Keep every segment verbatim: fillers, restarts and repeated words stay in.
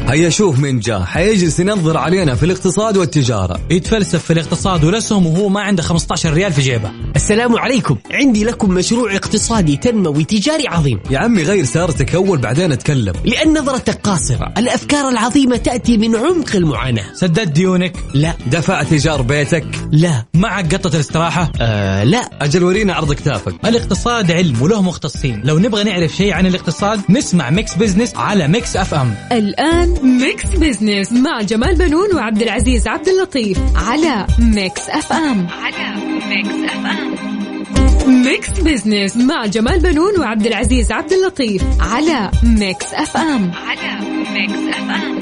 هيا شوف من جاء حيجلس ينظر علينا في الاقتصاد والتجارة، يتفلسف في الاقتصاد ولسهم وهو ما عنده خمسة عشر ريال في جيبه. السلام عليكم، عندي لكم مشروع اقتصادي تنموي تجاري عظيم. يا عمي غير سيارتك أول بعدين أتكلم. لأن نظرتك قاصرة، الأفكار العظيمة تأتي من عمق المعاناة. سددت ديونك؟ لا. دفعت إيجار بيتك؟ لا. معك قطة الاستراحة؟ آه لا. أجل ورينا عرض كتافك. الاقتصاد علم وله مختصين، لو نبغى نعرف شيء عن الاقتصاد نسمع ميكس بزنس على ميكس اف ام. الآن ميكس بزنس مع جمال بنون وعبد العزيز عبد اللطيف على ميكس اف ام. على ميكس اف ام. ميكس بزنس مع جمال بنون وعبد العزيز عبد اللطيف على ميكس اف ام. على ميكس اف ام.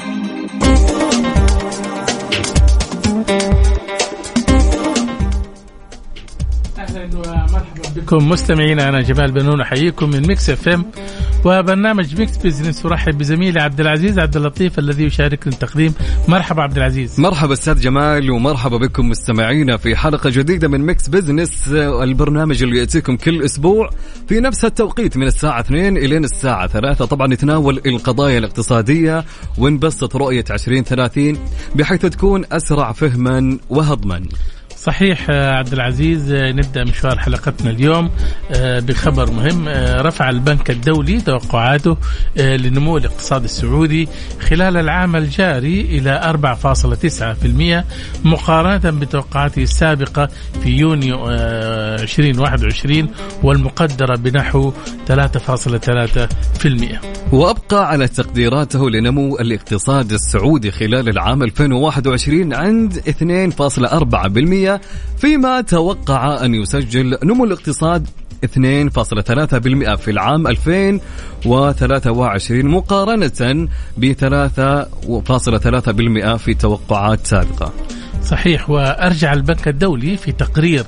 أهلا ومرحبا بكم مستمعينا، أنا جمال بنون أحييكم من ميكس اف ام وبرنامج ميكس بزنس. ورحب بزميلي عبد العزيز عبد اللطيف الذي يشاركني التقديم. مرحبا عبد العزيز. مرحبا أستاذ جمال، ومرحبا بكم مستمعينا في حلقة جديدة من ميكس بزنس، البرنامج اللي يأتيكم كل أسبوع في نفس التوقيت من الساعة اثنين إلى الساعة ثلاثة. طبعا نتناول القضايا الاقتصادية ونبسط رؤية عشرين ثلاثين بحيث تكون أسرع فهما وهضما. صحيح عبد العزيز، نبدأ مشوار حلقتنا اليوم بخبر مهم. رفع البنك الدولي توقعاته لنمو الاقتصاد السعودي خلال العام الجاري إلى أربعة فاصلة تسعة بالمئة مقارنة بتوقعاته السابقة في يونيو ألفين وواحد وعشرين والمقدرة بنحو ثلاثة فاصلة ثلاثة بالمئة. وأبقى على تقديراته لنمو الاقتصاد السعودي خلال العام ألفين وواحد وعشرين عند اثنين فاصلة أربعة بالمئة، فيما توقع أن يسجل نمو الاقتصاد اثنين فاصلة ثلاثة بالمئة في العام ألفين وثلاثة وعشرين مقارنة ب ثلاثة فاصلة ثلاثة بالمئة في توقعات سابقة. صحيح. وأرجع البنك الدولي في تقرير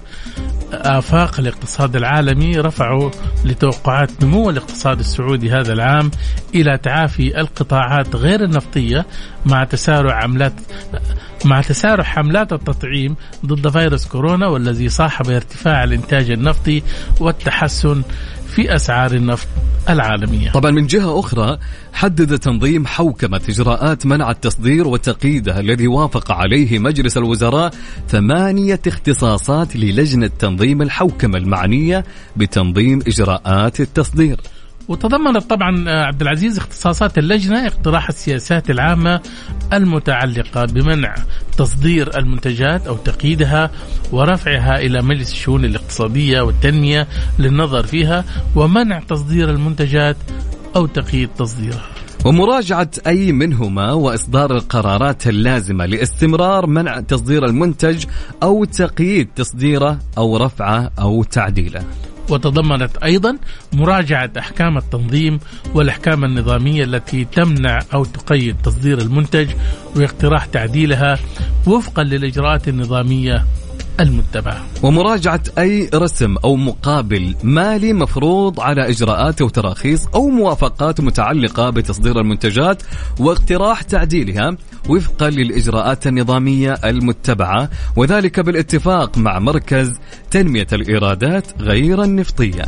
آفاق الاقتصاد العالمي رفعوا لتوقعات نمو الاقتصاد السعودي هذا العام إلى تعافي القطاعات غير النفطية مع تسارع عملات مع تسارع حملات التطعيم ضد فيروس كورونا، والذي صاحب ارتفاع الإنتاج النفطي والتحسن في أسعار النفط العالمية. طبعا من جهة أخرى حدد تنظيم حوكمة إجراءات منع التصدير وتقييدها الذي وافق عليه مجلس الوزراء ثمانية اختصاصات للجنة تنظيم الحوكمة المعنية بتنظيم إجراءات التصدير. وتضمنت طبعا عبد العزيز اختصاصات اللجنة اقتراح السياسات العامة المتعلقة بمنع تصدير المنتجات أو تقييدها ورفعها إلى مجلس الشؤون الاقتصادية والتنمية للنظر فيها، ومنع تصدير المنتجات أو تقييد تصديرها، ومراجعة أي منهما وإصدار القرارات اللازمة لاستمرار منع تصدير المنتج أو تقييد تصديره أو رفعه أو تعديله. وتضمنت أيضا مراجعة أحكام التنظيم والأحكام النظامية التي تمنع أو تقيد تصدير المنتج واقتراح تعديلها وفقا للإجراءات النظامية المتبعة، ومراجعة أي رسم أو مقابل مالي مفروض على إجراءات وتراخيص أو موافقات متعلقة بتصدير المنتجات واقتراح تعديلها وفقا للإجراءات النظامية المتبعة، وذلك بالاتفاق مع مركز تنمية الإيرادات غير النفطية.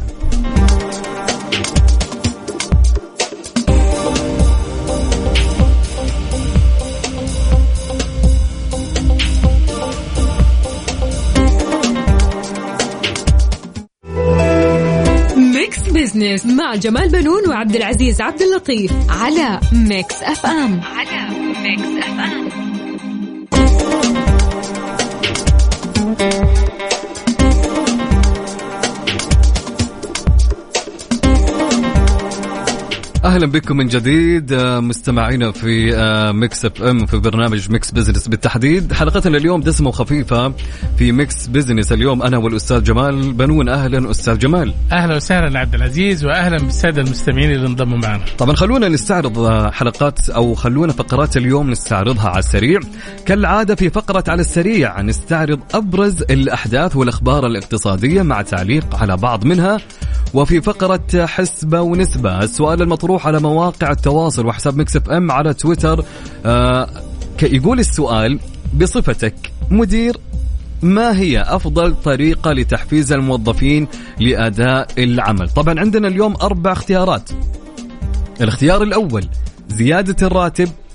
بزنس مع جمال بنون وعبد العزيز عبد اللطيف على ميكس اف ام. على ميكس اف ام. أهلا بكم من جديد مستمعينا في ميكس اف ام في برنامج ميكس بزنس. بالتحديد حلقتنا اليوم دسمة وخفيفة في ميكس بزنس. اليوم أنا والأستاذ جمال بنون. أهلا أستاذ جمال. أهلا وسهلا عبد العزيز، وأهلا بالسادة المستمعين اللي انضموا معنا. طبعا خلونا نستعرض حلقات أو خلونا فقرات اليوم نستعرضها على السريع كالعادة. في فقرة على السريع نستعرض أبرز الأحداث والأخبار الاقتصادية مع تعليق على بعض منها. وفي فقرة حسبة ونسبة السؤال المطروح على مواقع التواصل وحساب ميكس اف ام على تويتر. آه يقول السؤال: بصفتك مدير، ما هي أفضل طريقة لتحفيز الموظفين لأداء العمل؟ طبعا عندنا اليوم أربع اختيارات. الاختيار الأول زيادة الراتب،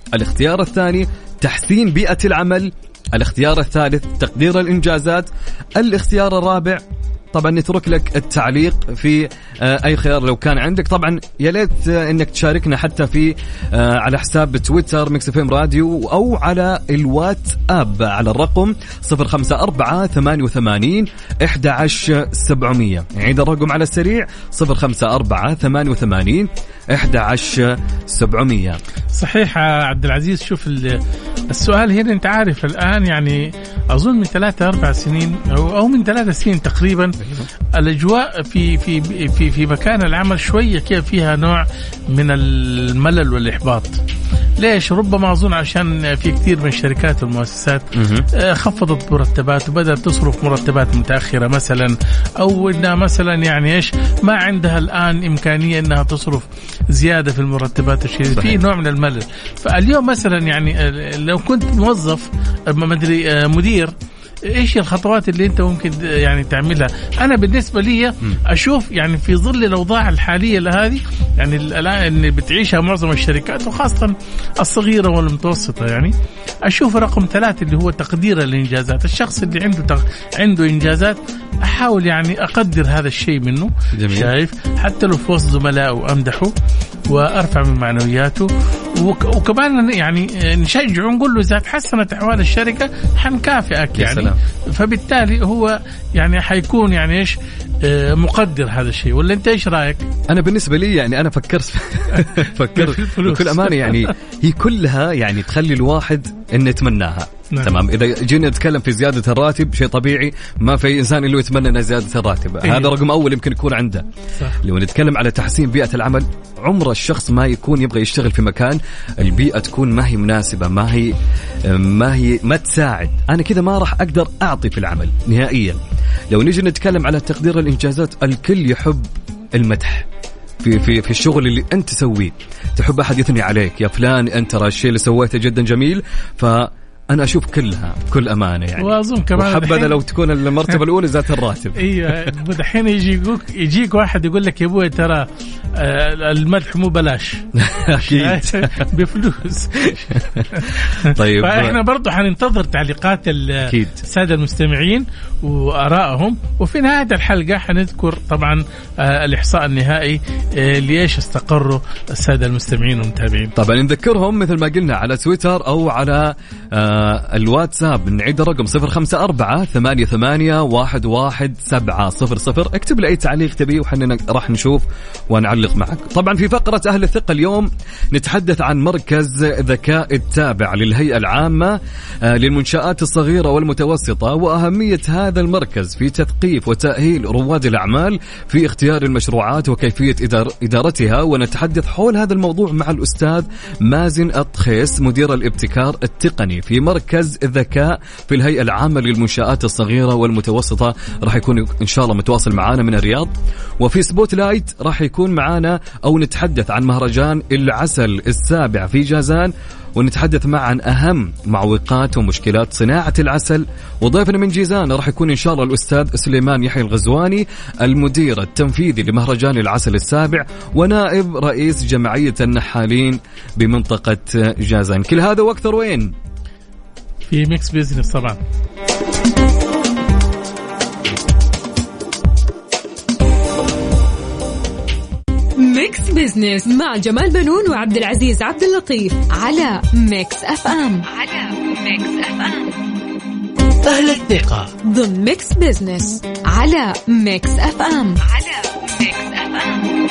الاختيار الثاني تحسين بيئة العمل، الاختيار الثالث تقدير الإنجازات، الاختيار الرابع طبعا نترك لك التعليق في أي خيار لو كان عندك. طبعا يا ليت إنك تشاركنا حتى في على حساب تويتر ميكس اف ام راديو أو على الواتساب على الرقم صفر خمسة أربعة ثمانية وثمانين أحد عشر سبعمية. عيد الرقم على السريع صفر خمسة أربعة ثمانية وثمانين أحد عشر سبعمية. صحيح عبد العزيز. شوف السؤال هنا، أنت عارف الآن يعني أظن من ثلاثة أربع سنين أو من ثلاثة سنين تقريبا الأجواء في في في في مكان العمل شوية كيف فيها نوع من الملل والإحباط. ليش؟ ربما أظن عشان في كثير من الشركات والمؤسسات خفضت مرتبات وبدأت تصرف مرتبات متأخرة مثلا، أو إنها مثلا يعني إيش ما عندها الآن إمكانية إنها تصرف زيادة في المرتبات الشيء في نوع من الملل. فاليوم مثلا يعني لو كنت موظف ما أدري مدير، ايش الخطوات اللي انت ممكن يعني تعملها؟ انا بالنسبه لي اشوف يعني في ظل الاوضاع الحاليه لهذه يعني الان اللي بتعيشها معظم الشركات وخاصه الصغيره والمتوسطه، يعني اشوف رقم ثلاثة اللي هو تقدير الانجازات. الشخص اللي عنده تق... عنده انجازات احاول يعني اقدر هذا الشيء منه. جميل. شايف؟ حتى لو في وسط زملائه امدحه وارفع من معنوياته، وك... وكمان يعني نشجعه ونقول له اذا تحسنت احوال الشركه حنكافئك يعني. سلام. فبالتالي هو يعني حيكون يعني ايش مقدر هذا الشيء. ولا انت ايش رايك؟ انا بالنسبه لي يعني انا فكرت فكرت بكل امانه يعني هي كلها يعني تخلي الواحد انه يتمناها. نعم. تمام. إذا جينا نتكلم في زيادة الراتب شيء طبيعي، ما في إنسان اللي يتمنى أن زيادة الراتب. إيه؟ هذا رقم أول يمكن يكون عنده. صح. لو نتكلم على تحسين بيئة العمل، عمر الشخص ما يكون يبغى يشتغل في مكان البيئة تكون ما هي مناسبة، ما هي ما هي ما تساعد. أنا كذا ما راح أقدر أعطي في العمل نهائيا. لو نيجي نتكلم على تقدير الإنجازات، الكل يحب المدح في في في الشغل اللي أنت تسويه. تحب أحد يثني عليك، يا فلان أنت ترى الشيء اللي سويته جدا جميل. ف أنا أشوف كلها بكل أمانة يعني. وأظن كمان وحبذا لو تكون المرتبة الأولى ذات الراتب. إيه دحين يجيك يجيك واحد يقول لك يا أبوي ترى المدح مو بلاش. أكيد بفلوس. طيب. فإحنا برضو حننتظر تعليقات السادة المستمعين وآرائهم، وفي نهاية الحلقة حنذكر طبعا الإحصاء النهائي ليش استقروا السادة المستمعين والمتابعين. طبعا نذكرهم مثل ما قلنا على تويتر أو على آه الواتساب. نعيد الرقم صفر خمسة أربعة ثمانية ثمانية واحد واحد سبعة صفر صفر. اكتب لي أي تعليق تبيه وحنا راح نشوف ونعلق معك. طبعا في فقرة أهل الثقة اليوم نتحدث عن مركز ذكاء التابع للهيئة العامة آه للمنشآت الصغيرة والمتوسطة، وأهمية هذا المركز في تثقيف وتأهيل رواد الأعمال في اختيار المشروعات وكيفية إدار إدارتها. ونتحدث حول هذا الموضوع مع الأستاذ مازن الطخيس مدير الابتكار التقني في مركز الذكاء في الهيئة العامة للمنشآت الصغيرة والمتوسطة. راح يكون إن شاء الله متواصل معنا من الرياض. وفي سبوت لايت راح يكون معنا أو نتحدث عن مهرجان العسل السابع في جازان، ونتحدث معا عن أهم معوقات ومشكلات صناعة العسل. وضيفنا من جيزان راح يكون إن شاء الله الأستاذ سليمان يحيى الغزواني المدير التنفيذي لمهرجان العسل السابع ونائب رئيس جمعية النحالين بمنطقة جازان. كل هذا وأكثر وين؟ في ميكس بيزنس طبعا. ميكس بيزنس مع جمال بنون وعبد العزيز عبد اللطيف على ميكس اف ام. على ميكس اف ام. أهل الثقة ضمن ميكس بيزنس على ميكس اف ام. على ميكس اف ام.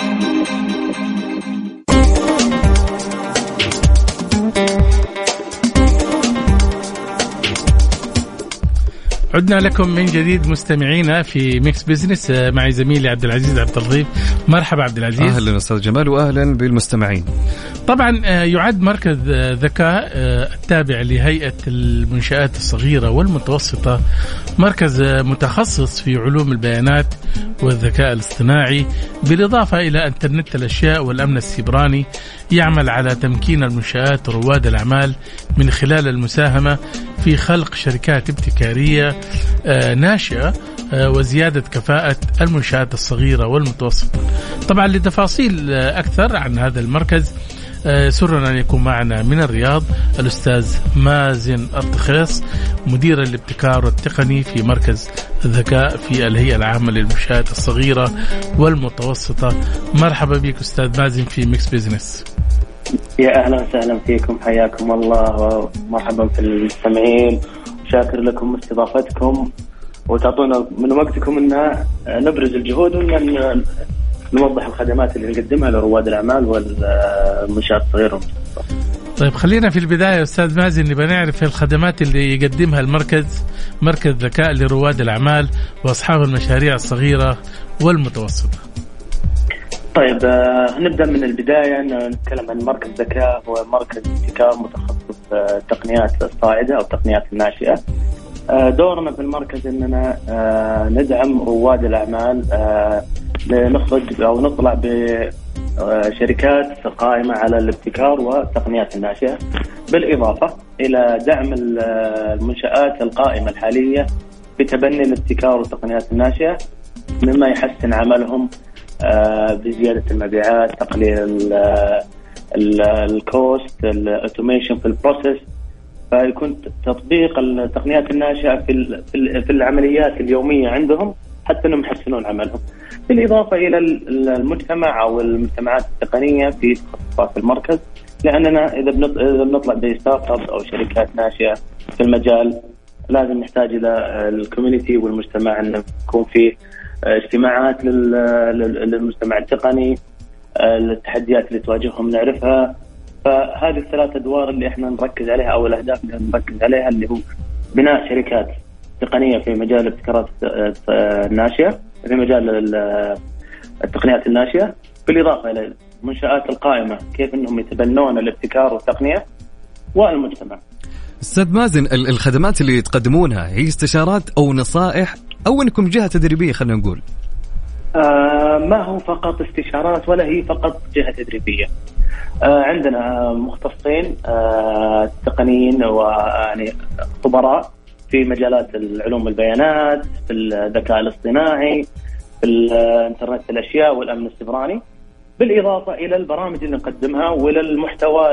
عدنا لكم من جديد مستمعينا في ميكس بيزنس معي زميلي عبد العزيز عبد اللطيف. مرحبا عبد العزيز. أهلا أستاذ جمال وأهلا بالمستمعين. طبعا يعد مركز ذكاء التابع لهيئة المنشآت الصغيرة والمتوسطة مركز متخصص في علوم البيانات والذكاء الاصطناعي بالإضافة إلى إنترنت الأشياء والأمن السيبراني. يعمل على تمكين المنشآت ورواد الأعمال من خلال المساهمة في خلق شركات ابتكارية ناشئة وزيادة كفاءة المنشآت الصغيرة والمتوسطة. طبعا لتفاصيل أكثر عن هذا المركز سرنا أن يكون معنا من الرياض الأستاذ مازن الطخيص مدير الابتكار التقني في مركز الذكاء في الهيئة العامة للمنشآت الصغيرة والمتوسطة. مرحبا بك أستاذ مازن في ميكس بيزنس. يا أهلا وسهلا فيكم، حياكم الله ومرحبا في المستمعين. شاكر لكم استضافتكم وتعطونا من وقتكم أن نبرز الجهود وأن نوضح الخدمات اللي نقدمها لرواد الأعمال والمنشآت الصغيرة. طيب خلينا في البداية أستاذ مازن نبغى نعرف الخدمات اللي يقدمها المركز، مركز ذكاء لرواد الأعمال وأصحاب المشاريع الصغيرة والمتوسطة. طيب آه نبدأ من البداية. نتكلم عن مركز ذكاء، هو مركز ابتكار متخصص في التقنيات الصاعدة أو التقنيات الناشئة. آه دورنا في المركز أننا آه ندعم رواد الأعمال آه لنخرج أو نطلع بشركات قائمة على الابتكار والتقنيات الناشئة، بالإضافة إلى دعم المنشآت القائمة الحالية بتبني الابتكار والتقنيات الناشئة، مما يحسن عملهم بزيادة المبيعات، تقليل الكوست، الأوتوميشن في البروسيس، فيكون تطبيق التقنيات الناشئة في في العمليات اليومية عندهم حتى أنهم يحسنون عملهم. بالإضافة إلى المجتمع أو المجتمعات التقنية في تخصصات المركز، لأننا إذا بنطلع بستارت اب أو شركات ناشئة في المجال لازم نحتاج إلى الكوميونيتي والمجتمع، أن يكون في اجتماعات للمجتمع التقني، التحديات اللي تواجههم نعرفها. فهذه الثلاث أدوار اللي احنا نركز عليها أو الأهداف اللي نركز عليها، اللي هو بناء شركات تقنية في مجال الابتكارات الناشئة، في مجال التقنيات الناشئة، بالإضافة إلى المنشآت القائمة كيف أنهم يتبنون الابتكار والتقنية والمجتمع. أستاذ مازن، الخدمات اللي تقدمونها هي استشارات أو نصائح أو أنكم جهة تدريبية؟ خلينا نقول آه ما هو فقط استشارات ولا هي فقط جهة تدريبية. آه عندنا مختصين آه تقنيين ويعني خبراء في مجالات العلوم البيانات، في الذكاء الاصطناعي، في الانترنت الأشياء والأمن السيبراني، بالإضافة إلى البرامج اللي نقدمها وإلى المحتوى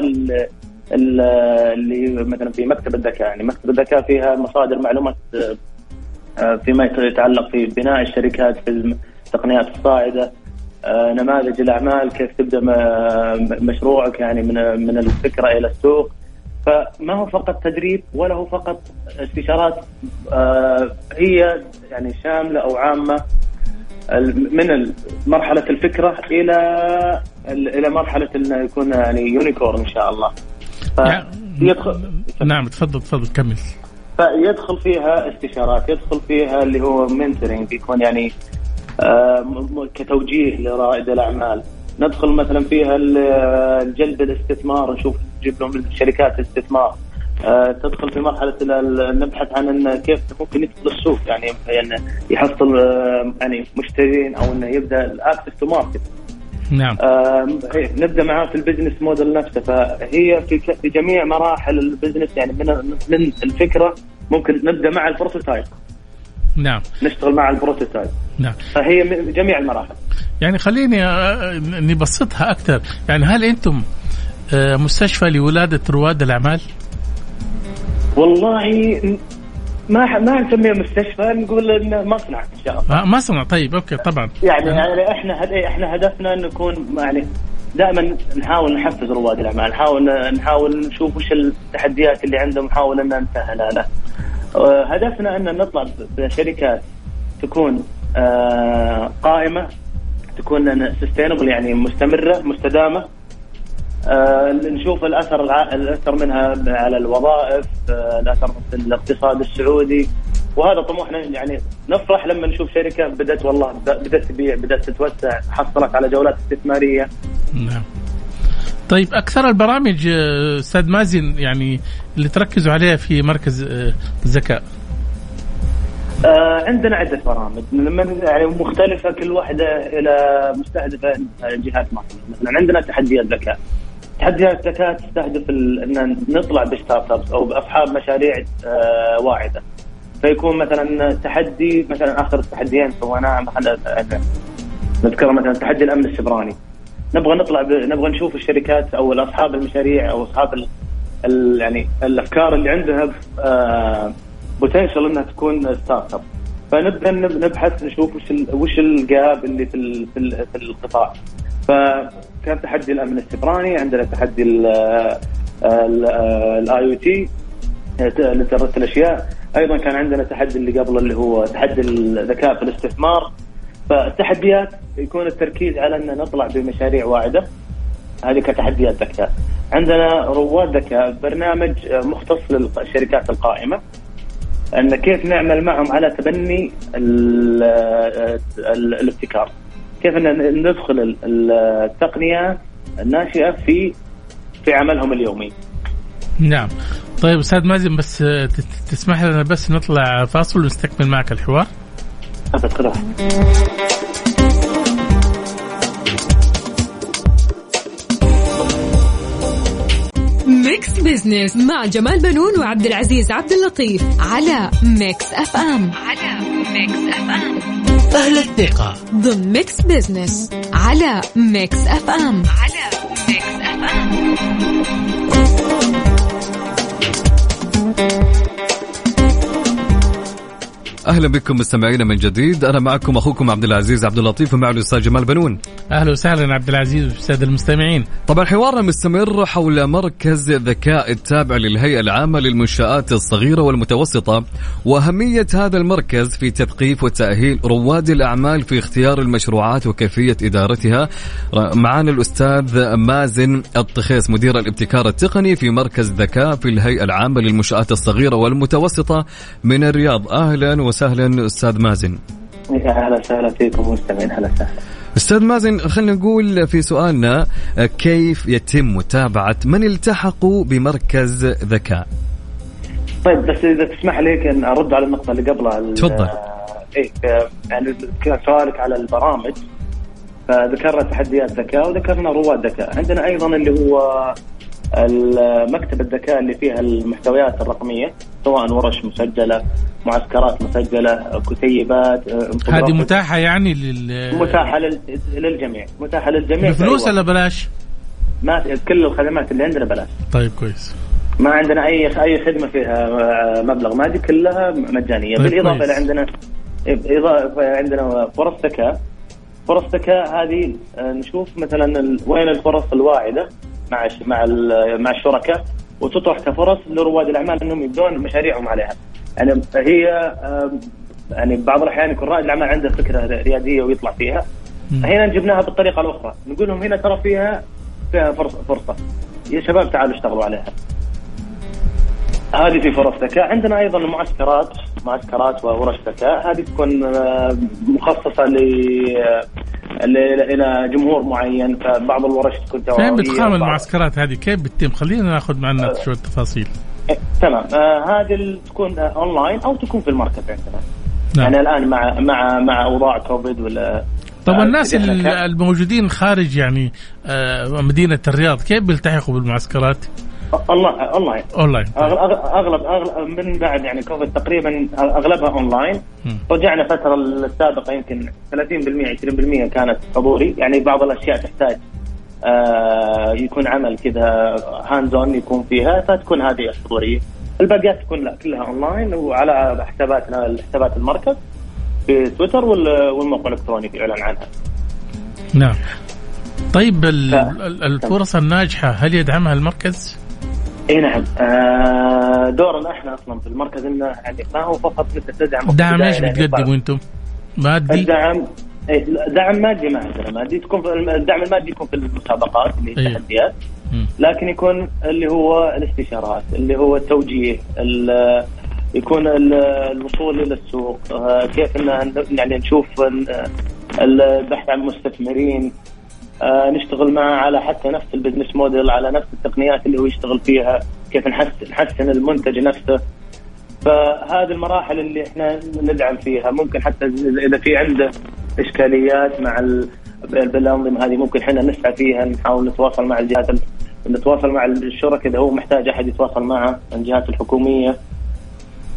اللي مثلا في مكتب الذكاء. يعني مكتب الذكاء فيها مصادر معلومات فيما يتعلق في بناء الشركات في التقنيات الصاعدة، نماذج الأعمال، كيف تبدأ مشروعك يعني من من الفكرة إلى السوق. فما هو فقط تدريب ولا هو فقط استشارات، هي يعني شاملة أو عامة من مرحلة الفكرة إلى إلى مرحلة إنه يكون يعني يونيكورن إن شاء الله. فيدخل نعم تفضل تفضل كمل. فيدخل فيها استشارات، يدخل فيها اللي هو منتورينج، يكون يعني كتوجيه لرائد الأعمال. ندخل مثلا فيها الجلب الاستثمار، نشوف نجيب لهم شركات استثمار. تدخل في مرحلة نبحث عن إن كيف ممكن يدخل السوق، يعني يعني يحصل يعني مشترين أو إنه يبدأ الأكسس تو ماركت. نعم. نبدأ معاه في البزنس موديل نفسه. فهي في في جميع مراحل البزنس، يعني من من الفكرة ممكن نبدأ مع البروتوتايب. نعم. نشتغل مع البروتوتايب. نعم. فهي جميع المراحل. يعني خليني نبسطها أكثر. يعني هل أنتم مستشفى لولادة رواد الأعمال؟ والله ما ما نسميه مستشفى، نقول إنه مصنع إن شاء الله. آه مصنع. طيب أوكي طبعا. يعني يعني إحنا هد إحنا هدفنا نكون يعني دائما نحاول نحفز رواد الأعمال، نحاول نحاول نشوف وش التحديات اللي عندهم، نحاول أن نسهلها له. هدفنا أن نطلع بشركات تكون آه قائمة، تكون sustainable يعني مستمرة مستدامة. آه نشوف الأثر الأثر منها على الوظائف، آه الأثر في الاقتصاد السعودي، وهذا طموحنا. يعني نفرح لما نشوف شركة بدأت والله بدأت تبيع، بدأت تتوسع، حصلت على جولات استثمارية. نعم. طيب أكثر البرامج أستاذ مازن يعني اللي تركزوا عليها في مركز الذكاء؟ آه عندنا عدة برامج يعني مختلفة، كل واحدة إلى مستهدفة جهات معينة. مثلا عندنا تحديات ذكاء. تحديات ذكاء تستهدف أن نطلع بستارت ابس أو بأصحاب مشاريع آه واعدة. فيكون مثلا تحدي، مثلا آخر التحديين سويناه مثلا نذكر مثلا تحدي الأمن السيبراني. نبغى نطلع ب... نبغى نشوف الشركات او اصحاب المشاريع او اصحاب ال... ال... يعني الافكار اللي عندها آه... بوتنشل انها تكون ستارت اب. فنبدا نبحث نشوف وش ال... وش الجاب اللي في ال... في, ال... في القطاع. فكان تحدي الامن السيبراني، عندنا تحدي الاي او تي الانترنت الاشياء، ايضا كان عندنا تحدي اللي قبل اللي هو تحدي الذكاء في الاستثمار. فالتحديات يكون التركيز على ان نطلع بمشاريع واعده، هذه كتحديات ذكاء. عندنا رواد ذكاء، برنامج مختص للشركات القائمه، ان كيف نعمل معهم على تبني ال ال الابتكار، كيف ان ندخل التقنيه الناشئه في في عملهم اليومي. نعم. طيب أستاذ مازن، بس تسمح لنا بس نطلع فاصل ونستكمل معك الحوار. أتفضل. ميكس بزنس مع جمال بنون وعبد العزيز عبد اللطيف على ميكس اف ام. على ميكس اف ام. أهل الثقة ضمن ميكس بزنس على ميكس اف ام. على ميكس اف ام. اهلا بكم مستمعينا من جديد، انا معكم اخوكم عبد العزيز عبد اللطيف ومع الاستاذ جمال بنون. اهلا وسهلا عبد العزيز والساده المستمعين. طبعا حوارنا مستمر حول مركز ذكاء التابع للهيئه العامه للمنشآت الصغيره والمتوسطه، واهميه هذا المركز في تثقيف وتاهيل رواد الاعمال في اختيار المشروعات وكيفيه ادارتها. معنا الاستاذ مازن الطخيس مدير الابتكار التقني في مركز ذكاء في الهيئه العامه للمنشآت الصغيره والمتوسطه من الرياض. اهلا وسهلا استاذ مازن. اهلا وسهلا فيكم مستمعين. اهلا وسهلا استاذ مازن، خلينا نقول في سؤالنا كيف يتم متابعه من التحقوا بمركز ذكاء؟ طيب بس اذا تسمح لي ان ارد على النقطه اللي قبلها. تفضل. ايه يعني كان سؤالك على البرامج، فذكرنا تحديات ذكاء وذكرنا رواد ذكاء. عندنا ايضا اللي هو المكتب الذكاء اللي فيها المحتويات الرقمية، سواء ورش مسجلة، معسكرات مسجلة، كتيبات. هذه متاحة يعني لل... متاحة للجميع، متاحة للجميع بفلوس ولا بلاش؟ ما كل الخدمات اللي عندنا بلاش. طيب كويس. ما عندنا أي أي خدمة فيها مبلغ مادي، كلها مجانية. طيب بالإضافة إلى عندنا إضافة عندنا فرص ذكاء. فرص ذكاء هذه نشوف مثلا وين الفرص الواعدة مع مع مع الشركاء، وتطرح كفرص لرواد الاعمال انهم يبدون مشاريعهم عليها. يعني هي يعني بعض الاحيان يكون رائد الاعمال عنده فكره رياديه ويطلع فيها، هنا جبناها بالطريقه الاخرى، نقول لهم هنا ترى فيها فيها فرصه فرصه يا شباب تعالوا اشتغلوا عليها. هذه في فرص ذكاء. عندنا ايضا معسكرات معسكرات وورش ذكاء، هذه تكون مخصصه ل إلى جمهور معين، فبعض الورش تكون توعوية. فين بتقام المعسكرات هذه؟ كيف بتتم؟ خلينا ناخذ معنا أه شوية تفاصيل. إيه تمام. آه هذه تكون آه أونلاين أو تكون في المركز عندنا. نعم. يعني الآن مع مع مع أوضاع كوفيد ولا. طب آه الناس الموجودين خارج يعني آه مدينة الرياض كيف بيلتحقوا بالمعسكرات؟ اونلاين اونلاين اونلاين اغلب اغلب من بعد يعني كوفيد تقريبا اغلبها اونلاين. رجعنا الفتره السابقه يمكن ثلاثين بالمئة عشرين بالمئة كانت حضوري، يعني بعض الاشياء تحتاج آه يكون عمل كذا هاند اون يكون فيها، فتكون هذه حضوريه. الباقيات تكون لا كلها اونلاين وعلى حساباتنا حسابات المركز في تويتر والموقع الالكتروني يعلن عنها. نعم. طيب الفرص الناجحه هل يدعمها المركز؟ اي نعم. آه دورنا احنا اصلا في المركز انه يعني ما هو فقط ندعم. دعم ايش بتقدموا انتم؟ مادي؟ الدعم دعم مادي ما عندنا مادي، تكون الدعم المادي يكون في المسابقات اللي هي التحديات، لكن يكون اللي هو الاستشارات، اللي هو التوجيه، يكون الوصول الى السوق، كيف ان يعني نشوف البحث عن مستثمرين، آه نشتغل معه على حتى نفس البزنس موديل، على نفس التقنيات اللي هو يشتغل فيها، كيف نحسن نحسن المنتج نفسه. فهذه المراحل اللي احنا ندعم فيها. ممكن حتى اذا في عنده اشكاليات مع بالانظمه هذه ممكن احنا نسعى فيها، نحاول نتواصل مع الجهات، نتواصل مع الشركاء اذا هو محتاج احد يتواصل معه، الجهات الحكوميه.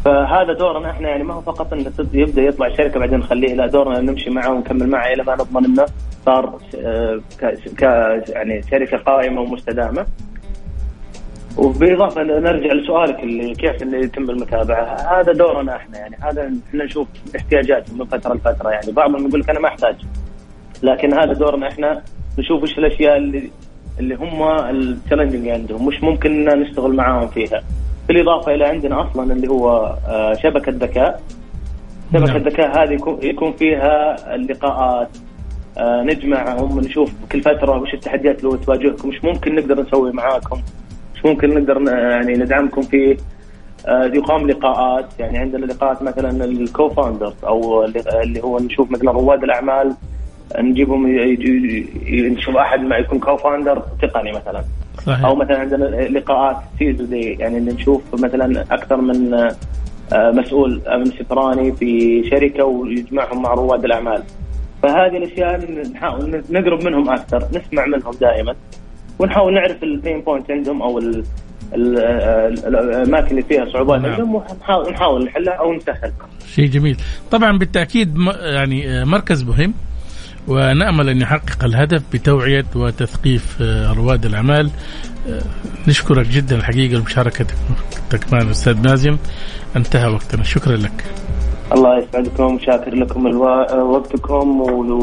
فهذا دورنا احنا، يعني ما هو فقط ان يبدا يطلع شركه بعدين نخليه، لا دورنا نمشي معه ونكمل معه الى ما نضمن انه صار ك يعني شركه قائمه ومستدامه. وبالاضافه نرجع لسؤالك اللي كيف اللي يتم المتابعه، هذا دورنا احنا، يعني هذا احنا نشوف احتياجاتهم من فتره لفتره. يعني بعضهم يقول لك انا ما احتاج، لكن هذا دورنا احنا نشوف ايش الاشياء اللي اللي هم التشالنجينج عندهم، مش ممكن نشتغل معاهم فيها. بالاضافه الى عندنا اصلا اللي هو شبكه ذكاء. شبكه الذكاء هذه يكون فيها اللقاءات، نجمعهم نشوف كل فتره وش التحديات اللي تواجهكم، مش ممكن نقدر نسوي معاكم، مش ممكن نقدر يعني ندعمكم في. يقام لقاءات، يعني عندنا لقاءات مثلا الكوفاوندرز او اللي هو نشوف مثلا رواد الاعمال نجيبهم نشوف احد ما يكون كوفاوندر تقني مثلا. صحيح. او مثلا عندنا لقاءات سيزو دي، يعني نشوف مثلا اكثر من مسؤول امن سيبراني في شركه ويجمعهم مع رواد الاعمال. فهذه الاشياء نحاول نقرب منهم اكثر، نسمع منهم دائما، ونحاول نعرف البين بوينت عندهم او الاماكن اللي فيها صعوبات عندهم، ونحاول نحاول نحلها او نسهل. شيء جميل. طبعا بالتاكيد يعني مركز مهم، ونأمل أن يحقق الهدف بتوعية وتثقيف رواد الأعمال. نشكرك جدا الحقيقة لمشاركتك معنا أستاذ مازن. انتهى وقتنا، شكرا لك. الله يسعدكم وشاكر لكم وقتكم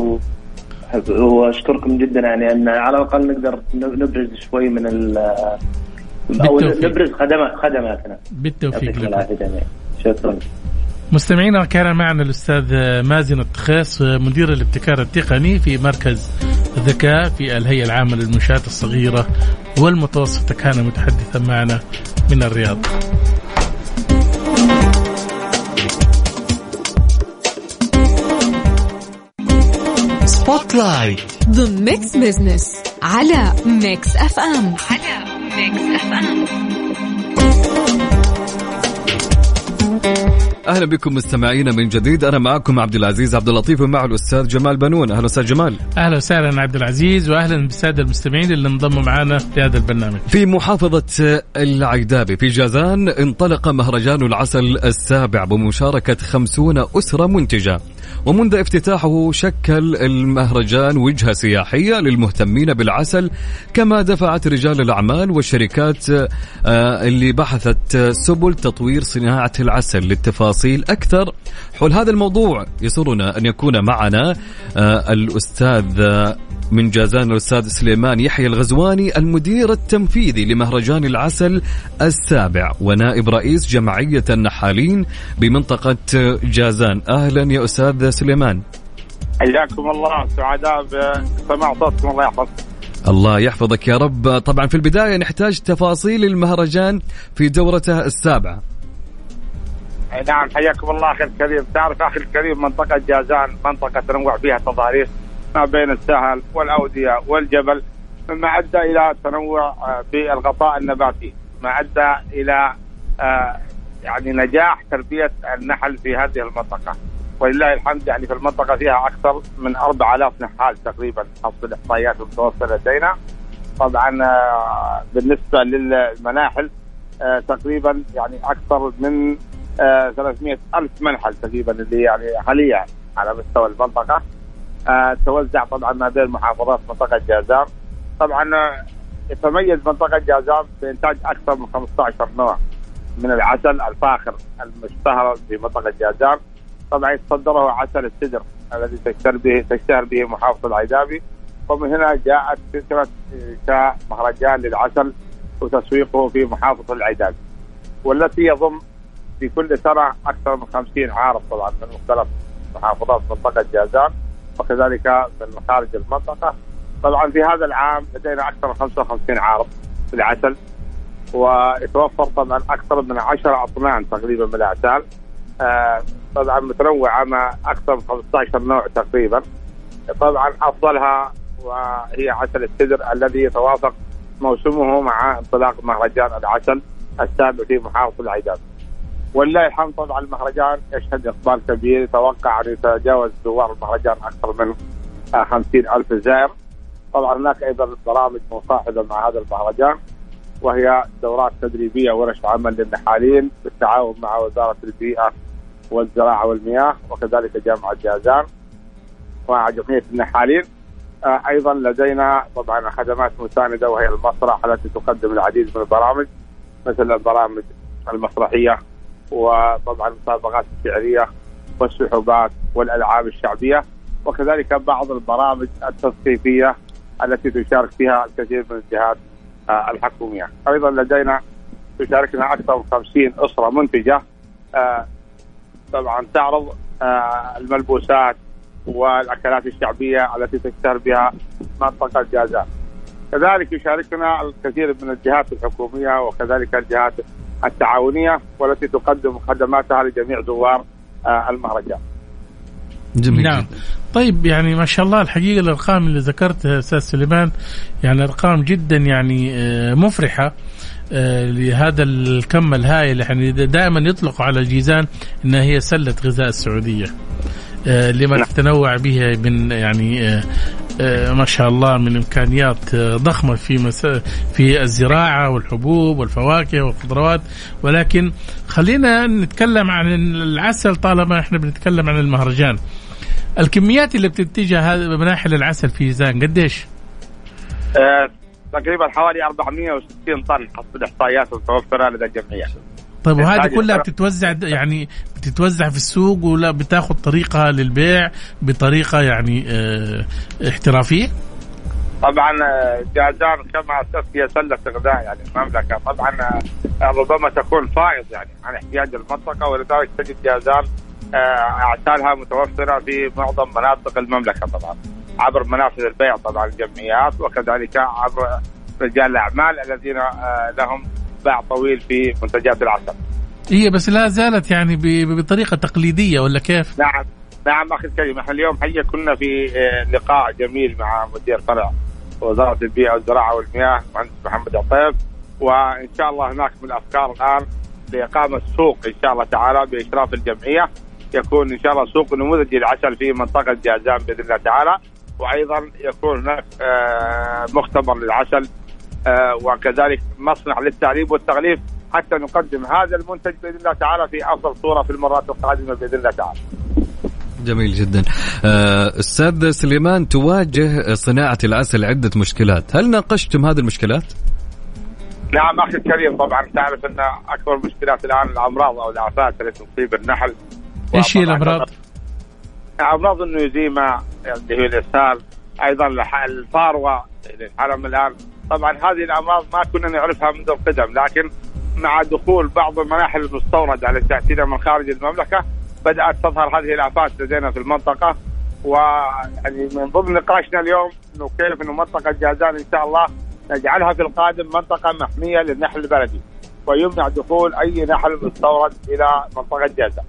وأشكركم جدا، يعني أن على الأقل نقدر نبرز شوي من ال أو نبرز خدمات خدماتنا. بالتوفيق لكم. شكرا. مستمعينا، كان معنا الأستاذ مازن التخيص مدير الابتكار التقني في مركز ذكاء في الهيئة العامة للمنشآت الصغيرة والمتوسطة، كان متحدثا معنا من الرياض. سبوتلايت The Mix Business على ميكس اف ام. على ميكس اف ام. أهلا بكم مستمعينا من جديد. أنا معكم عبد العزيز عبد اللطيف ومع الأستاذ جمال بنون. أهلا أستاذ جمال. أهلا وسهلا عبد العزيز، وأهلا بالسادة المستمعين اللي انضموا معنا في هذا البرنامج. في محافظة العيدابي في جازان انطلق مهرجان العسل السابع بمشاركة خمسون أسرة منتجة، ومنذ افتتاحه شكل المهرجان وجهة سياحية للمهتمين بالعسل، كما دفعت رجال الأعمال والشركات اللي بحثت سبل تطوير صناعة العسل. للتفاصيل أكثر حول هذا الموضوع يسرنا أن يكون معنا الأستاذ من جازان الأستاذ سليمان يحيى الغزواني، المدير التنفيذي لمهرجان العسل السابع ونائب رئيس جمعية النحالين بمنطقة جازان. أهلا يا أستاذ سليمان. حياكم الله، سعداء بسماع صوتكم. الله يحفظك. الله يحفظك يا رب. طبعا في البداية نحتاج تفاصيل المهرجان في دورته السابعة. نعم، حياكم الله أخي الكريم. تعرف أخي الكريم منطقة جازان منطقة تنوع فيها تضاريس ما بين السهل والأودية والجبل، مما أدى إلى تنوع في الغطاء النباتي، ما أدى إلى يعني نجاح تربية النحل في هذه المنطقة، ولله الحمد. يعني في المنطقة فيها أكثر من أربعة آلاف نحال تقريبا حسب الإحصائيات المتوصلة لدينا. طبعا بالنسبة للمناحل تقريبا يعني أكثر من ثلاثمائة ألف منحل تقريبا اللي يعني حاليا على مستوى المنطقة، توزع طبعا ما بين محافظات منطقة جازان. طبعا يتميز منطقة جازان بإنتاج أكثر من خمسة عشر نوع من العسل الفاخر المشتهر في منطقة جازان. طبعا يتصدره عسل السدر الذي تشتهر به تشتهر به محافظة العيدابي، ومن هنا جاءت فكرة إنشاء مهرجان للعسل وتسويقه في محافظة العيدابي، والتي يضم في كل سنة أكثر من خمسين عارض طبعا من مختلف محافظات منطقة جازان، وكذلك من خارج المنطقة. طبعا في هذا العام لدينا أكثر من خمسة وخمسين عارض في العسل، ويتوفر طبعا أكثر من عشر أطنان تقريبا من العسل، آه طبعا متنوعة مع أكثر من خمسة عشر نوع تقريبا. طبعا أفضلها وهي عسل السدر الذي يتوافق موسمه مع انطلاق مهرجان العسل السابع في محافظة العيدابي. والله الحمد. طبعا المهرجان يشهد إقبال كبير، يتوقع أن يتجاوز زوار المهرجان أكثر من خمسين ألف زائر. طبعا هناك أيضا برامج مصاحبة مع هذا المهرجان، وهي دورات تدريبية ورش عمل للنحالين بالتعاون مع وزارة البيئة والزراعة والمياه وكذلك جامعة جازان مع جمعية النحالين. أيضا لدينا طبعا خدمات مساندة وهي المسرح التي تقدم العديد من البرامج مثل البرامج المسرحية وطبعا المسابقات الشعرية والسحوبات والألعاب الشعبية وكذلك بعض البرامج التثقيفية التي تشارك فيها الكثير من الجهات الحكومية. أيضا لدينا تشاركنا أكثر من خمسين أسرة منتجة طبعا تعرض الملبوسات والأكلات الشعبية التي تشتهر بها منطقة جازان. كذلك يشاركنا الكثير من الجهات الحكومية وكذلك الجهات التعاونية والتي تقدم خدماتها لجميع زوار المهرجان. جميل. نعم. طيب يعني ما شاء الله الحقيقة الأرقام اللي ذكرتها أستاذ سليمان يعني أرقام جدا يعني مفرحة لهذا الكم الهائل. يعني دائما يطلقوا على الجيزان أنها هي سلة غذاء السعودية لما تتنوع بها من يعني ما شاء الله من إمكانيات ضخمة في مسا في الزراعة والحبوب والفواكه والخضروات. ولكن خلينا نتكلم عن العسل طالما احنا بنتكلم عن المهرجان. الكميات اللي بتنتجها هذه مناحل العسل في جيزان قديش؟ أه تقريبا حوالي أربعمائة وستين طن حسب الإحصائيات المتوفرة لدى الجمعية. طيب وهذه كلها بتتوزع يعني بتتوزع في السوق ولا بتاخذ طريقة للبيع بطريقة يعني اه احترافية؟ طبعا جازان كما تسمية سلة غذاء يعني المملكة طبعا ربما تكون فائض يعني عن احتياج المنطقة ولذلك تجد جازان أعسالها متوفرة في معظم مناطق المملكة طبعا عبر منافذ البيع طبعا الجمعيات وكذلك عبر رجال الأعمال الذين لهم باع طويل في منتجات العسل. هي بس لا زالت يعني بطريقة تقليدية ولا كيف؟ نعم نعم أخي الكريم. احنا اليوم حقيقة كنا في لقاء جميل مع مدير فرع وزارة البيئة والزراعة والمياه المهندس محمد عطيف وإن شاء الله هناك من أفكار الآن لإقامة سوق إن شاء الله تعالى بإشراف الجمعية يكون إن شاء الله سوق نموذجي للعسل في منطقة جازان بإذن الله تعالى وأيضا يكون هناك مختبر للعسل وكذلك مصنع للتعريب والتغليف حتى نقدم هذا المنتج بإذن الله تعالى في أفضل صورة في المرات القادمة بإذن الله تعالى. جميل جدا. أستاذ سليمان تواجه صناعة العسل عدة مشكلات، هل ناقشتم هذه المشكلات؟ نعم أخي الكريم طبعا تعرف أن أكبر مشكلات الآن الأمراض أو الآفات التي تصيب النحل. إيش هي الأمراض؟ أمراض النيوزيما اللي هي الإسهال أيضا الفاروة الحرم الآن. طبعا هذه الأمراض ما كنا نعرفها منذ القدم لكن مع دخول بعض المناحل المستوردة على تأتينا من خارج المملكة بدأت تظهر هذه الآفات لدينا في المنطقة. ويعني من ضمن نقاشنا اليوم إنه كيف إنه منطقة جازان إن شاء الله نجعلها في القادم منطقة محمية للنحل البلدي ويمنع دخول أي نحل مستورد إلى منطقة جازان.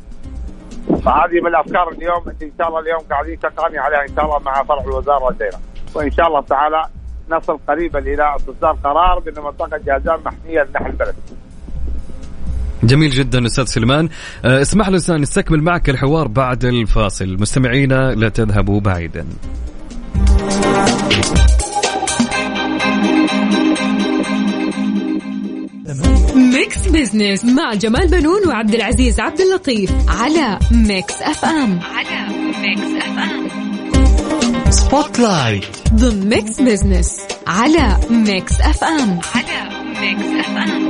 فهذه من الأفكار اليوم إن شاء الله اليوم قاعدين شغالين عليها إن شاء الله مع فرع الوزارة والديرة وإن شاء الله تعالى نصل قريبا إلى إصدار قرار بأن منطقة جازان محمية للنحل البلدي. جميل جدا أستاذ سليمان. اسمح لي نستكمل معك الحوار بعد الفاصل. مستمعينا لا تذهبوا بعيدا. ميكس بزنس مع جمال بنون وعبد العزيز عبد اللطيف على ميكس اف ام على ميكس اف ام. سبوت لايت ضمن ميكس بزنس على ميكس اف ام على ميكس اف ام.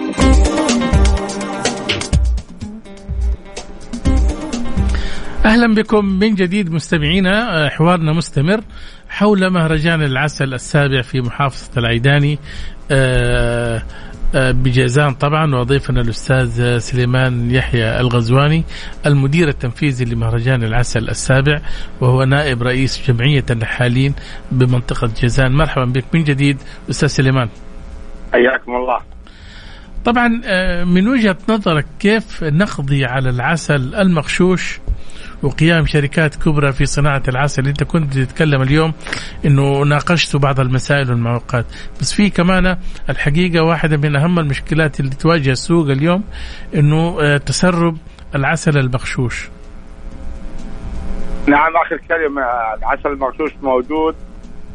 أهلا بكم من جديد مستمعينا. حوارنا مستمر حول مهرجان العسل السابع في محافظة العيداني بجازان طبعا. وضيفنا الأستاذ سليمان يحيى الغزواني المدير التنفيذي لمهرجان العسل السابع وهو نائب رئيس جمعية النحالين بمنطقة جازان. مرحبا بك من جديد أستاذ سليمان. حياكم الله. طبعا من وجهة نظرك كيف نقضي على العسل المغشوش وقيام شركات كبرى في صناعة العسل؟ انت كنت تتكلم اليوم انه ناقشت بعض المسائل والمعوقات بس في كمان الحقيقة واحدة من اهم المشكلات اللي تواجه السوق اليوم انه تسرب العسل المغشوش. نعم اخي الكريم العسل المغشوش موجود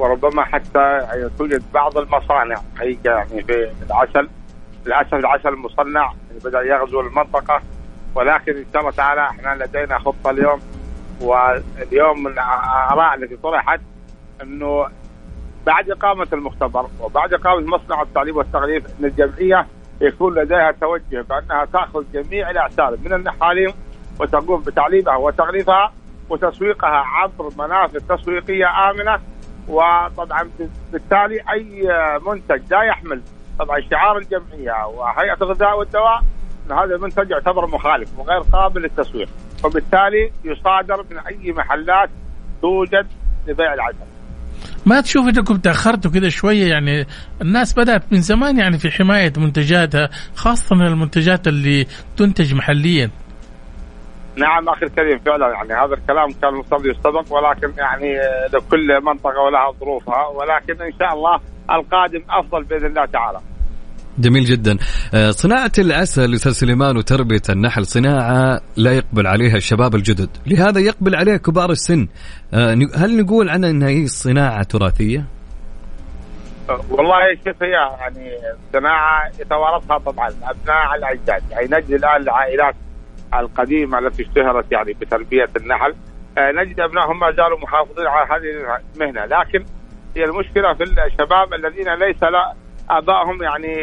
وربما حتى توجد بعض المصانع حقيقة يعني في العسل. للأسف العسل المصنع بدأ يغزو المنطقة، ولكن إن شاء الله تعالى احنا لدينا خطة اليوم. واليوم من الآراء التي طرحت أنه بعد إقامة المختبر وبعد إقامة مصنع التعليم والتغليف أن الجمعية يكون لديها توجه بأنها تأخذ جميع الأعسال من النحالين وتقوم بتعليمها وتغليفها وتسويقها عبر منافذ تسويقية آمنة. وطبعا بالتالي أي منتج لا يحمل طبعا شعار الجمعية وهيئة الغذاء والدواء هذا المنتج يعتبر مخالف وغير قابل للتسويق، وبالتالي يصادر من أي محلات توجد لبيع العسل. ما تشوف انكم تاخرتوا كده شويه؟ يعني الناس بدات من زمان يعني في حمايه منتجاتها، خاصه المنتجات اللي تنتج محليا. نعم اخي الكريم، فعلا يعني هذا الكلام كان المفروض يستبق، ولكن يعني لكل منطقه ولها ظروفها، ولكن ان شاء الله القادم افضل باذن الله تعالى. جميل جدا. صناعة العسل أستاذ سليمان وتربية النحل صناعة لا يقبل عليها الشباب الجدد، لهذا يقبل عليها كبار السن. هل نقول عنها أنها هي صناعة تراثية؟ والله شوف، هي يعني صناعة يتوارثها طبعا أبناء الأجداد. يعني نجد الآن العائلات القديمة التي اشتهرت يعني بتربية النحل، نجد أبنائهم ما زالوا محافظين على هذه المهنة، لكن هي المشكلة في الشباب الذين ليس لا آبائهم يعني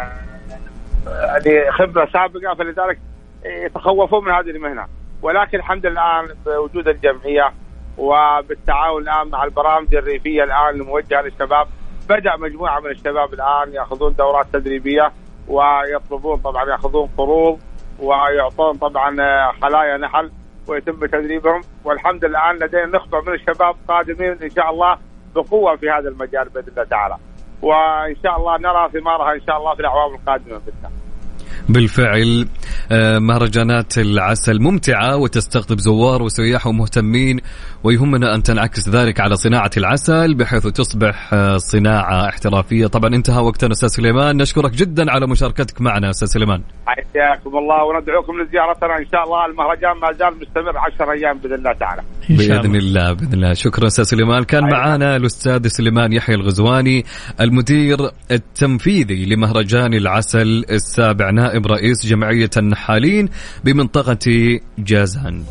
يعني خبرة سابقة، فلذلك يتخوفون من هذه المهنة. ولكن الحمد لله الآن بوجود الجمعية وبالتعاون الآن مع البرامج الريفية الآن الموجهة للشباب، بدأ مجموعة من الشباب الآن يأخذون دورات تدريبية ويطلبون طبعا يأخذون قروض ويعطون طبعا خلايا نحل ويتم تدريبهم. والحمد لله الآن لدينا نخبة من الشباب قادمين إن شاء الله بقوة في هذا المجال بإذن الله تعالى، وإن شاء الله نرى ثمارها إن شاء الله في الأعوام القادمة بإذن. بالفعل مهرجانات العسل ممتعة وتستقطب زوار وسياح ومهتمين، ويهمنا أن تنعكس ذلك على صناعة العسل بحيث تصبح صناعة احترافية. طبعا انتهى وقتنا أستاذ سليمان، نشكرك جدا على مشاركتك معنا أستاذ سليمان. حياكم الله، وندعوكم لزيارتنا إن شاء الله. المهرجان ما زال مستمر عشر أيام بإذن الله تعالى. بإذن الله بإذن الله. شكرا أستاذ سليمان. كان معنا الأستاذ سليمان يحيى الغزواني المدير التنفيذي لمهرجان العسل السابع، نائب رئيس جمعية النحالين بمنطقة جازان.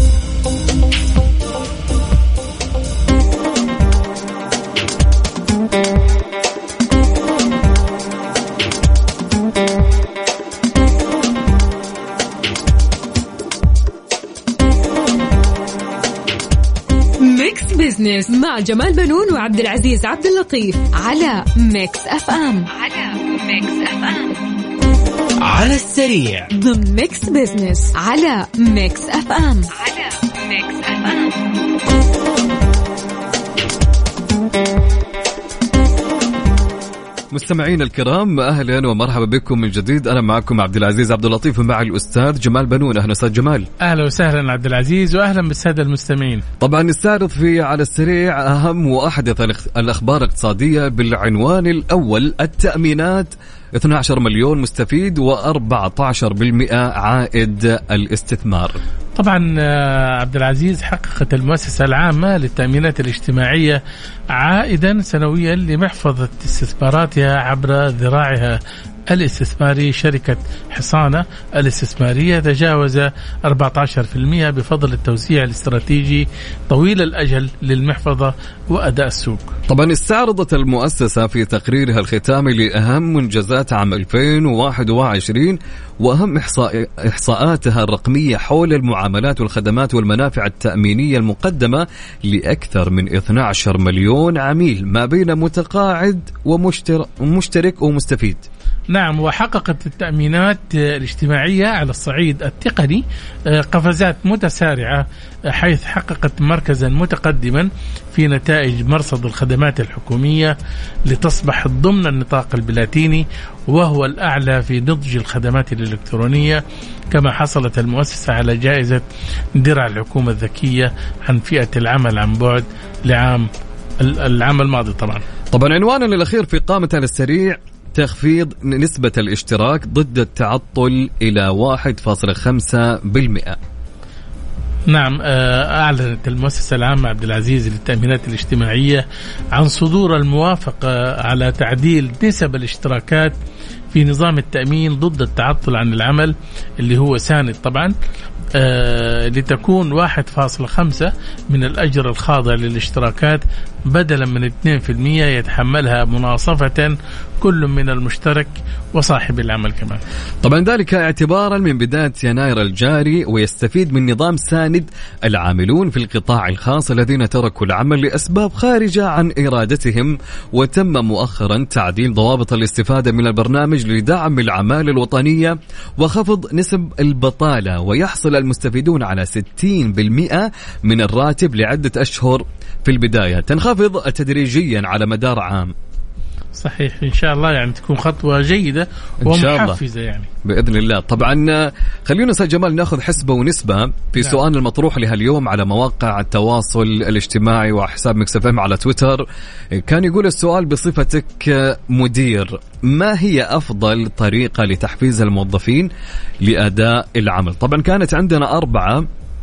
ميكس بزنس مع جمال بنون وعبد العزيز عبد اللطيف على ميكس اف ام. على ميكس اف ام على السريع ضمن ميكس بزنس على ميكس اف ام. على ميكس اف ام. مستمعين الكرام، اهلا ومرحبا بكم من جديد. انا معكم عبد العزيز عبد اللطيف ومع الاستاذ جمال بنون. اهلا استاذ جمال. اهلا وسهلا عبد العزيز، واهلا بالساده المستمعين. طبعا نستعرض في على السريع اهم واحدث الاخبار الاقتصاديه بالعنوان الاول: التامينات اثني عشر مليون مستفيد وأربعة عشر بالمئة عائد الاستثمار. طبعا عبد العزيز، حققت المؤسسة العامة للتأمينات الاجتماعية عائدا سنويا لمحفظة استثماراتها عبر ذراعها الاستثماري شركة حصانة الاستثمارية تجاوز أربعة عشر بالمئة بفضل التوزيع الاستراتيجي طويل الأجل للمحفظة وأداء السوق. طبعا استعرضت المؤسسة في تقريرها الختامي لأهم منجزات عام ألفين وواحد وعشرين وأهم إحصاء إحصاءاتها الرقمية حول المعاملات والخدمات والمنافع التأمينية المقدمة لأكثر من اثني عشر مليون عميل ما بين متقاعد ومشترك ومستفيد. نعم، وحققت التأمينات الاجتماعية على الصعيد التقني قفزات متسارعة، حيث حققت مركزا متقدما في نتائج مرصد الخدمات الحكومية لتصبح ضمن النطاق البلاتيني وهو الأعلى في نضج الخدمات الإلكترونية. كما حصلت المؤسسة على جائزة درع الحكومة الذكية عن فئة العمل عن بعد لعام العام الماضي. طبعا طبعا عنواننا الأخير في قامة على السريع: تخفيض نسبة الاشتراك ضد التعطل إلى واحد فاصلة خمسة بالمئة. نعم، أعلنت المؤسسة العامة عبد العزيز للتأمينات الاجتماعية عن صدور الموافقة على تعديل نسب الاشتراكات في نظام التأمين ضد التعطل عن العمل اللي هو ساند طبعا، آه لتكون واحد فاصلة خمسة من الأجر الخاضع للاشتراكات بدلا من اثنين بالمئة يتحملها مناصفة كل من المشترك وصاحب العمل كمان. طبعا ذلك اعتبارا من بداية يناير الجاري، ويستفيد من نظام ساند العاملون في القطاع الخاص الذين تركوا العمل لأسباب خارجة عن إرادتهم. وتم مؤخرا تعديل ضوابط الاستفادة من البرنامج لدعم العمالة الوطنية وخفض نسب البطالة، ويحصل المستفيدون على ستين بالمئة من الراتب لعدة أشهر في البداية، تنخفض تدريجيا على مدار عام. صحيح، إن شاء الله يعني تكون خطوة جيدة ومحفزة يعني بإذن الله. طبعا خلينا أستاذ جمال نأخذ حسبة ونسبة في نعم. سؤال المطروح لها اليوم على مواقع التواصل الاجتماعي وحساب ميكس إف إم على تويتر. كان يقول السؤال بصفتك مدير، ما هي أفضل طريقة لتحفيز الموظفين لأداء العمل؟ طبعا كانت عندنا أربعة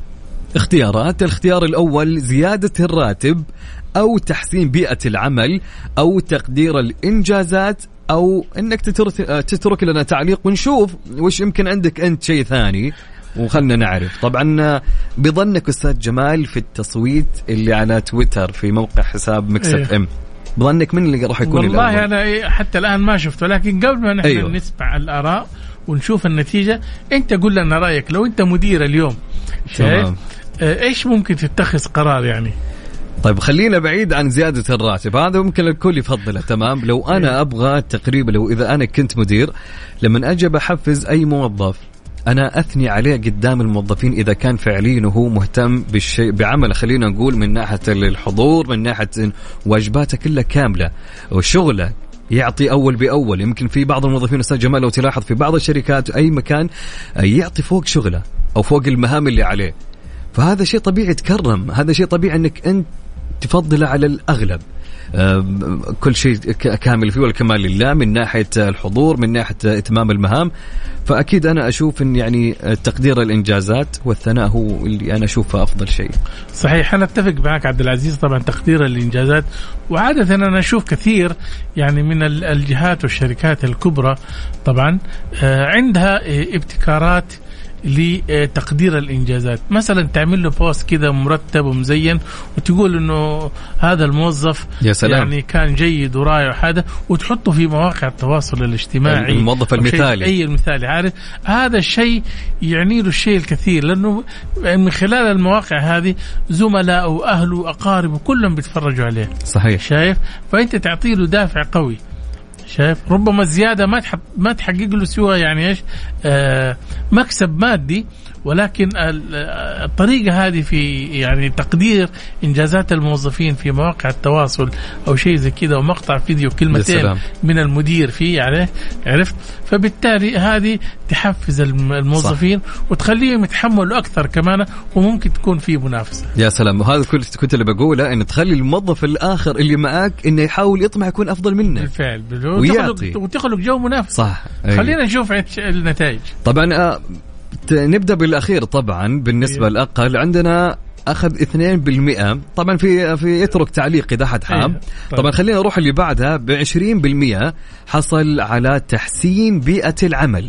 اختيارات. الاختيار الأول زيادة الراتب، أو تحسين بيئة العمل، أو تقدير الإنجازات، أو أنك تترك لنا تعليق ونشوف وش يمكن عندك أنت شيء ثاني وخلنا نعرف. طبعا بظنك أستاذ جمال في التصويت اللي على تويتر في موقع حساب ميكس إف إم، بظنك من اللي راح يكون والله الأول؟ أنا حتى الآن ما شفته، لكن قبل ما نحن أيوه. نسمع الآراء ونشوف النتيجة، أنت قل لنا رأيك. لو أنت مدير اليوم شايف إيش ممكن تتخذ قرار يعني؟ طيب خلينا بعيد عن زيادة الراتب، هذا ممكن الكل يفضله تمام. لو أنا أبغى تقريبا، لو إذا أنا كنت مدير، لما أجي بحفز أي موظف أنا أثني عليه قدام الموظفين إذا كان فعليا وهو مهتم بالشيء بعمله، خلينا نقول من ناحية الحضور، من ناحية واجباته كلها كاملة وشغله يعطي أول بأول. يمكن في بعض الموظفين أستاذ جمال لو تلاحظ في بعض الشركات أي مكان يعطي فوق شغله أو فوق المهام اللي عليه، فهذا شيء طبيعي تكرم، هذا شيء طبيعي أنك أنت تفضل على الأغلب. كل شيء كامل فيه والكمال لله من ناحية الحضور، من ناحية إتمام المهام. فأكيد أنا أشوف أن يعني تقدير الإنجازات والثناء هو اللي أنا أشوفه أفضل شيء. صحيح، أنا أتفق معك عبد العزيز. طبعا تقدير الإنجازات، وعادة أنا أشوف كثير يعني من الجهات والشركات الكبرى طبعا عندها ابتكارات لتقدير الإنجازات. مثلا تعمل له بوست كذا مرتب ومزين وتقول إنه هذا الموظف يعني كان جيد ورائع هذا، وتحطه في مواقع التواصل الاجتماعي، الموظف المثالي، أي المثالي، عارف هذا الشيء يعني له الشيء الكثير، لأنه من خلال المواقع هذه زملاء وأهله وأقاربه كلهم بيتفرجوا عليه. صحيح، شايف؟ فأنت تعطي له دافع قوي. شايف؟ ربما زيادة ما تحق ما تحقق له سوى يعني إيش آه مكسب مادي، ولكن الطريقة هذه في يعني تقدير إنجازات الموظفين في مواقع التواصل أو شيء زي كذا، ومقطع فيديو كلمتين من المدير فيه يعني عرفت، فبالتالي هذه تحفز الموظفين صح. وتخليهم يتحملوا أكثر كمان، وممكن تكون في منافسة. يا سلام، وهذا كل كنت اللي بقوله، إن تخلي الموظف الآخر اللي معك إنه يحاول يطمع يكون أفضل منه بالفعل، وتخلق, وتخلق جو منافسة صح. خلينا نشوف النتائج. طبعا آه نبدأ بالأخير. طبعا بالنسبة الأقل عندنا أخذ اثنين بالمئة، طبعا في في يترك تعليق إذا حد حاب. طبعا خلينا نروح اللي بعدها بعشرين بالمئة حصل على تحسين بيئة العمل.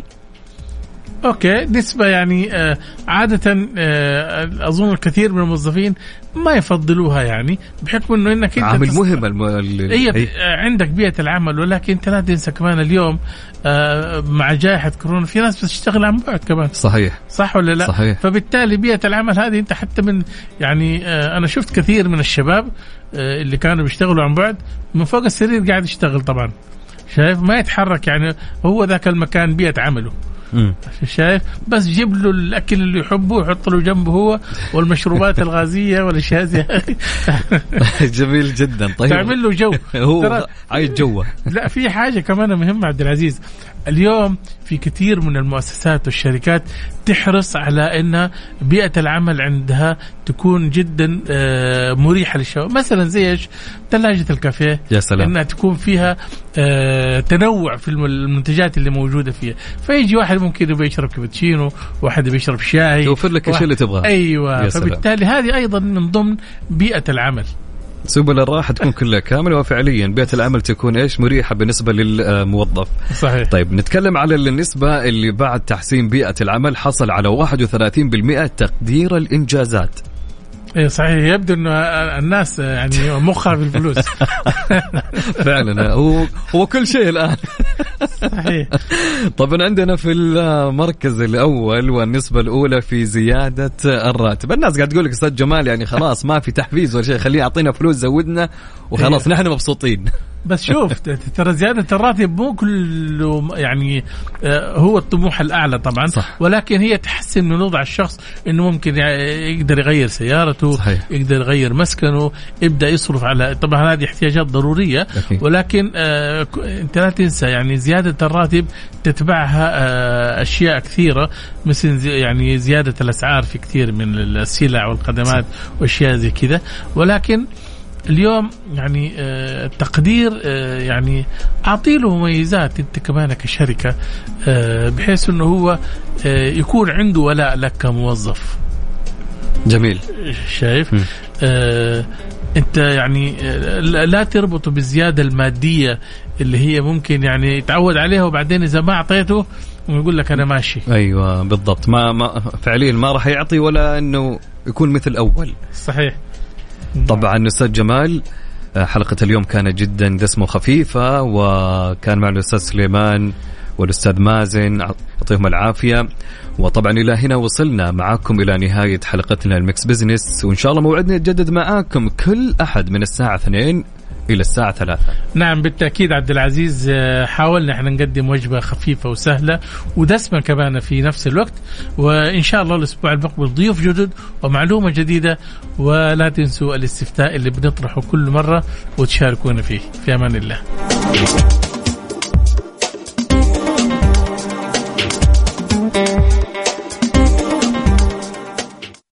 أوكي، نسبة يعني آه عادة آه أظن الكثير من الموظفين ما يفضلوها، يعني بحكم إنه إنك أنت عامل مهم الم... هي ب... عندك بيئة العمل، ولكن أنت لا تنسى كمان اليوم آه مع جائحة كورونا في ناس بتشتغل عن بعد كمان. صحيح، صح ولا لا؟ صحيح. فبالتالي بيئة العمل هذه أنت حتى من يعني آه أنا شفت كثير من الشباب آه اللي كانوا بيشتغلوا عن بعد من فوق السرير قاعد يشتغل طبعا، شايف ما يتحرك، يعني هو ذاك المكان بيئة عمله. مم. شايف؟ بس جيب له الأكل اللي يحبه ويحط له جنبه هو والمشروبات الغازية والأشياء هذه. جميل جدا. طيب تعمل له جو، هو عايز جوه. لا، في حاجة كمان مهمة عبد العزيز، اليوم في كثير من المؤسسات والشركات تحرص على أن بيئة العمل عندها تكون جدا مريحة للشباب. مثلا زي ايش؟ ثلاجة الكافيه، يا سلام، انها تكون فيها تنوع في المنتجات اللي موجودة فيها، فيجي واحد ممكن يبغى يشرب كابتشينو، واحد بيشرب شاي، توفر لك الشيء اللي تبغاه. أيوة، فبالتالي هذه أيضا من ضمن بيئة العمل. سبل الراحة تكون كلها كاملة، وفعليا بيئة العمل تكون إيش مريحة بالنسبة للموظف. صحيح. طيب نتكلم على النسبة اللي بعد تحسين بيئة العمل حصل على واحد وثلاثين بالمئة تقدير الإنجازات. ايه صحيح، يبدو انه الناس يعني مخها في الفلوس. فعلا هو هو كل شيء الان. صحيح. طبعا عندنا في المركز الاول والنسبه الاولى في زياده الراتب. الناس قاعد تقول لك استاذ جمال يعني خلاص ما في تحفيز ولا شيء، خليه يعطينا فلوس زودنا وخلاص نحن مبسوطين. بس شوف ترى زيادة الراتب مو كله يعني هو الطموح الأعلى طبعا. صح. ولكن هي تحسن من وضع الشخص، إنه ممكن يقدر يغير سيارته. صحيح. يقدر يغير مسكنه، يبدأ يصرف على، طبعا هذه احتياجات ضرورية. أكيد. ولكن آه أنت لا تنسى يعني زيادة الراتب تتبعها آه أشياء كثيرة، مثل يعني زيادة الأسعار في كثير من السلع والخدمات وأشياء زي كذا. ولكن اليوم يعني آه التقدير آه يعني أعطيله مميزات أنت كمان كشركة، آه بحيث أنه هو آه يكون عنده ولاء لك كموظف. جميل. شايف؟ آه أنت يعني آه لا تربطه بالزيادة المادية اللي هي ممكن يعني يتعود عليها، وبعدين إذا ما أعطيته ويقول لك أنا ماشي. أيوة بالضبط، ما ما فعليا ما راح يعطي ولا إنه يكون مثل أول. صحيح. طبعا أستاذ جمال حلقة اليوم كانت جدا دسمة وخفيفة، وكان معنا الأستاذ سليمان والأستاذ مازن يعطيهم العافية. وطبعا إلى هنا وصلنا معاكم إلى نهاية حلقتنا الميكس بزنس، وإن شاء الله موعدنا يتجدد معاكم كل أحد من الساعة اثنين إلى الساعة ثلاثة. نعم بالتأكيد عبد العزيز، حاولنا احنا نقدم وجبة خفيفة وسهلة ودسمة كمان في نفس الوقت، وإن شاء الله الأسبوع المقبل ضيوف جدد ومعلومة جديدة. ولا تنسوا الاستفتاء اللي بنطرحه كل مرة وتشاركونا فيه. في أمان الله.